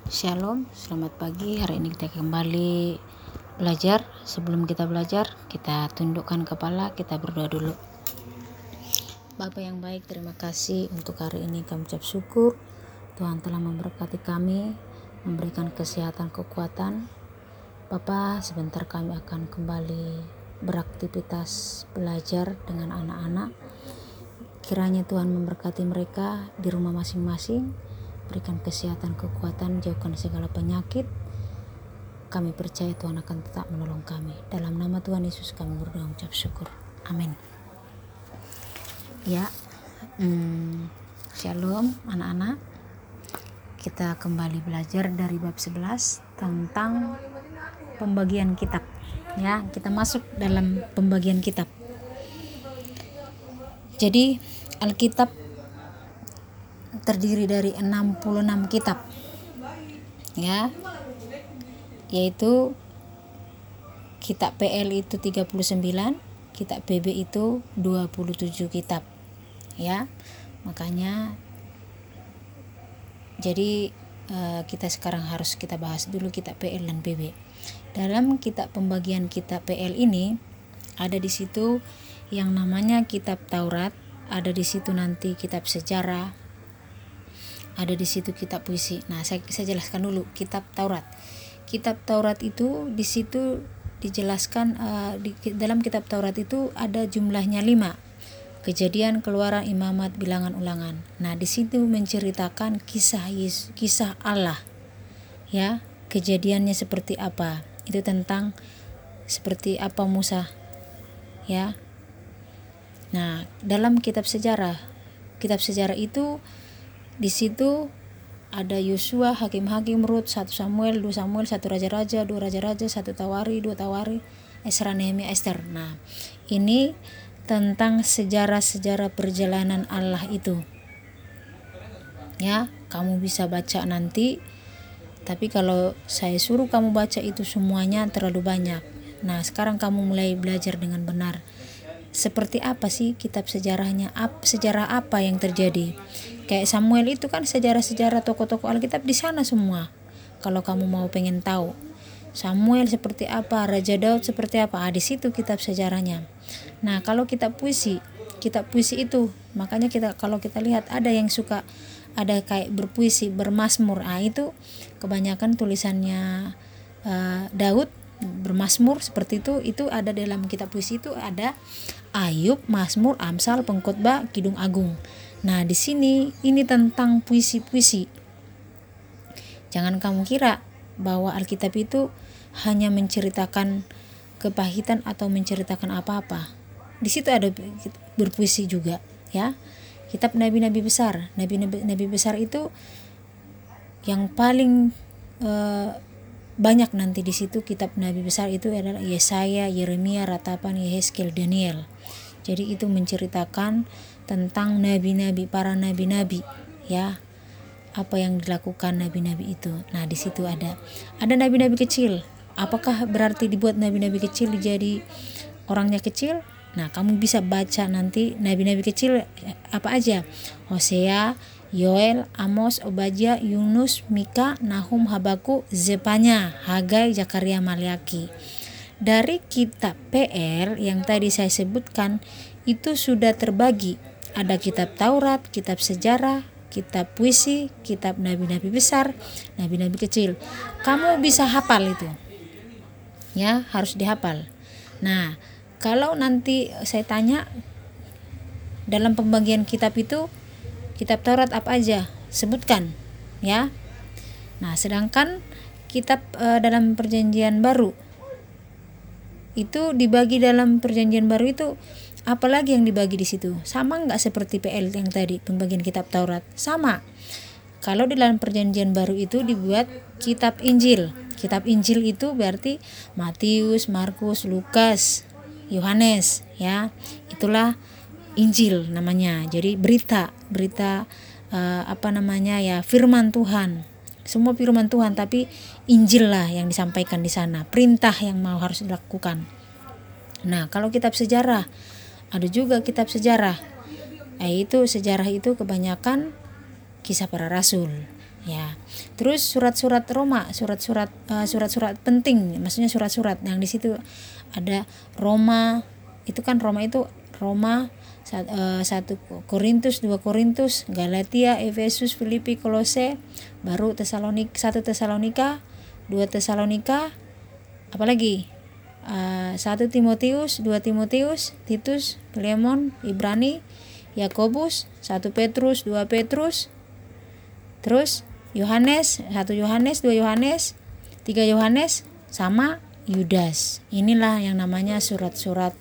Shalom, selamat pagi. Hari ini kita kembali belajar. Sebelum kita belajar, kita tundukkan kepala, kita berdoa dulu. Bapa yang baik, terima kasih untuk hari ini. Kami ucap syukur Tuhan telah memberkati kami, memberikan kesehatan, kekuatan. Bapa, sebentar kami akan kembali beraktivitas belajar dengan anak-anak. Kiranya Tuhan memberkati mereka di rumah masing-masing, berikan kesehatan, kekuatan, jauhkan segala penyakit. Kami percaya Tuhan akan tetap menolong kami. Dalam nama Tuhan Yesus kami berdoa ucap syukur. Amin. Ya, Shalom anak-anak. Kita kembali belajar dari bab 11 tentang pembagian kitab. Ya, kita masuk dalam pembagian kitab. Jadi Alkitab terdiri dari 66 kitab. Ya. Yaitu kitab PL itu 39, kitab PB itu 27 kitab. Ya. Makanya jadi kita sekarang harus kita bahas dulu kitab PL dan PB. Dalam kitab pembagian kitab PL ini ada di situ yang namanya kitab Taurat, ada di situ nanti kitab sejarah, ada di situ kitab puisi. Nah, saya jelaskan dulu kitab Taurat. Kitab Taurat itu di situ dijelaskan dalam kitab Taurat itu ada jumlahnya 5. Kejadian, Keluaran, Imamat, Bilangan, Ulangan. Nah, di situ menceritakan kisah Allah. Ya, kejadiannya seperti apa? Itu tentang seperti apa Musa. Ya. Nah, dalam kitab sejarah itu di situ ada Yosua, Hakim-Hakim, Rut, 1 Samuel, 2 Samuel, 1 Raja-Raja, 2 Raja-Raja, 1 Tawari, 2 Tawari, Esra, Nehemia, Ester. Nah, ini tentang sejarah-sejarah perjalanan Allah itu. Ya, kamu bisa baca nanti. Tapi kalau saya suruh kamu baca itu semuanya terlalu banyak. Nah, sekarang kamu mulai belajar dengan benar. Seperti apa sih kitab sejarahnya? Sejarah apa yang terjadi? Kayak Samuel itu kan sejarah-sejarah tokoh-tokoh Alkitab di sana semua. Kalau kamu mau pengen tahu Samuel seperti apa, Raja Daud seperti apa, di situ kitab sejarahnya. Nah, kalau kitab puisi itu, makanya kalau kita lihat ada yang suka ada kayak berpuisi, bermazmur. Itu kebanyakan tulisannya Daud, bermazmur seperti itu ada dalam kitab puisi itu ada Ayub, Mazmur, Amsal, Pengkhotbah, Kidung Agung. Nah, di sini ini tentang puisi-puisi. Jangan kamu kira bahwa Alkitab itu hanya menceritakan kepahitan atau menceritakan apa-apa. Di situ ada berpuisi juga, ya. Kitab nabi-nabi besar. Nabi besar itu yang paling banyak nanti di situ kitab nabi besar itu adalah Yesaya, Yeremia, Ratapan, Yehezkiel, Daniel. Jadi itu menceritakan tentang nabi-nabi, para nabi-nabi, ya. Apa yang dilakukan nabi-nabi itu. Nah, di situ ada nabi-nabi kecil. Apakah berarti dibuat nabi-nabi kecil jadi orangnya kecil? Nah, kamu bisa baca nanti nabi-nabi kecil apa aja. Hosea, Yoel, Amos, Obadya, Yunus, Mika, Nahum, Habakuk, Zefanya, Hagai, Zakaria, Maliaki. Dari kitab PL yang tadi saya sebutkan itu sudah terbagi. Ada kitab Taurat, kitab sejarah, kitab puisi, kitab nabi-nabi besar, nabi-nabi kecil. Kamu bisa hafal itu. Ya, harus dihafal. Nah, kalau nanti saya tanya dalam pembagian kitab itu kitab Taurat apa aja? Sebutkan, ya. Nah, sedangkan kitab dalam Perjanjian Baru itu dibagi dalam Perjanjian Baru itu apalagi yang dibagi di situ? Sama enggak seperti PL yang tadi pembagian kitab Taurat? Sama. Kalau di dalam Perjanjian Baru itu dibuat kitab Injil. Kitab Injil itu berarti Matius, Markus, Lukas, Yohanes, ya. Itulah Injil namanya. Jadi berita firman Tuhan. Semua firman Tuhan, tapi Injil lah yang disampaikan di sana, perintah yang harus dilakukan. Nah, kalau kitab sejarah, ada juga kitab sejarah. Sejarah itu kebanyakan kisah para rasul, Ya, terus surat-surat Roma, surat-surat penting, maksudnya surat-surat yang di situ ada Roma, itu kan Roma itu Roma, 1 Korintus, Galatia, Efesus, Filipi, Kolose, baru 1 Tesalonika, 2 Tesalonika, apalagi 1 Timotius, 2 Timotius, Titus, Filemon, Ibrani, Yakobus, 1 Petrus, 2 Petrus, terus Yohanes, 1 Yohanes, 2 Yohanes, 3 Yohanes, sama Yudas. Inilah yang namanya surat-surat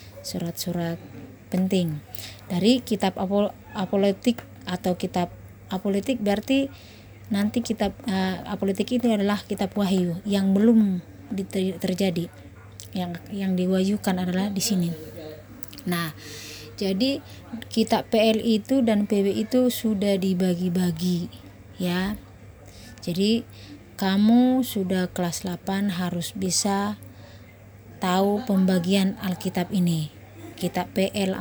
penting. Dari kitab apologetik atau kitab apologetik, berarti nanti kitab apologetik itu adalah kitab wahyu yang belum terjadi. Yang diwahyukan adalah di sini. Nah, jadi kitab PL itu dan PB itu sudah dibagi-bagi ya. Jadi kamu sudah kelas 8 harus bisa tahu pembagian Alkitab ini. Kitab PL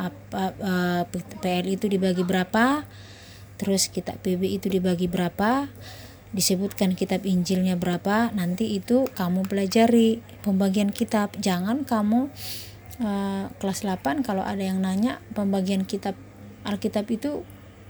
PL itu dibagi berapa, terus kitab PB itu dibagi berapa, disebutkan kitab Injilnya berapa. Nanti itu kamu pelajari pembagian kitab. Jangan kamu kelas 8 kalau ada yang nanya pembagian kitab Alkitab itu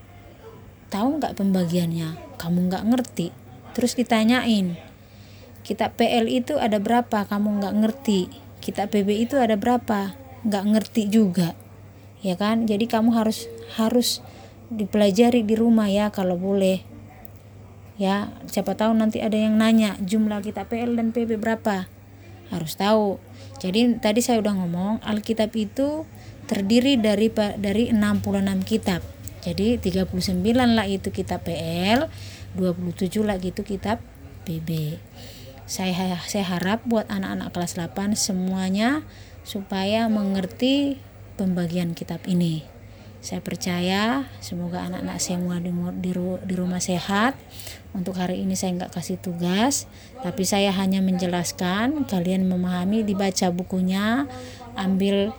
tahu nggak pembagiannya, kamu nggak ngerti, terus ditanyain kitab PL itu ada berapa, kamu nggak ngerti, kitab PB itu ada berapa, nggak ngerti juga, ya kan? Jadi kamu harus dipelajari di rumah ya, kalau boleh ya. Siapa tahu nanti ada yang nanya jumlah kitab PL dan PB berapa, harus tahu. Jadi tadi saya udah ngomong Alkitab itu terdiri dari 66 kitab. Jadi 39 lah itu kitab PL, 27 lagi itu kitab PB. Saya harap buat anak-anak kelas 8 semuanya supaya mengerti pembagian kitab ini. Saya percaya semoga anak-anak semua di rumah sehat. Untuk hari ini saya nggak kasih tugas, tapi saya hanya menjelaskan, kalian memahami, dibaca bukunya, ambil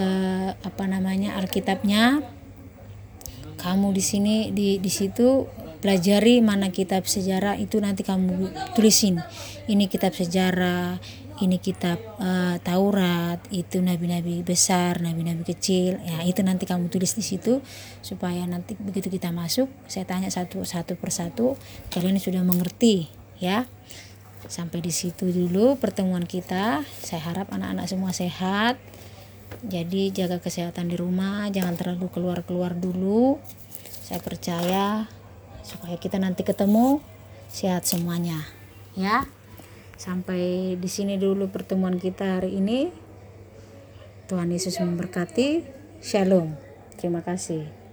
Alkitabnya. Kamu di sini di situ pelajari mana kitab sejarah itu, nanti kamu tulisin ini kitab sejarah, ini kitab Taurat, itu nabi-nabi besar, nabi-nabi kecil. Ya, itu nanti kamu tulis di situ supaya nanti begitu kita masuk, saya tanya satu persatu, kalian sudah mengerti ya. Sampai di situ dulu pertemuan kita. Saya harap anak-anak semua sehat. Jadi jaga kesehatan di rumah, jangan terlalu keluar dulu. Saya percaya supaya kita nanti ketemu sehat semuanya ya. Sampai di sini dulu pertemuan kita hari ini. Tuhan Yesus memberkati. Shalom. Terima kasih.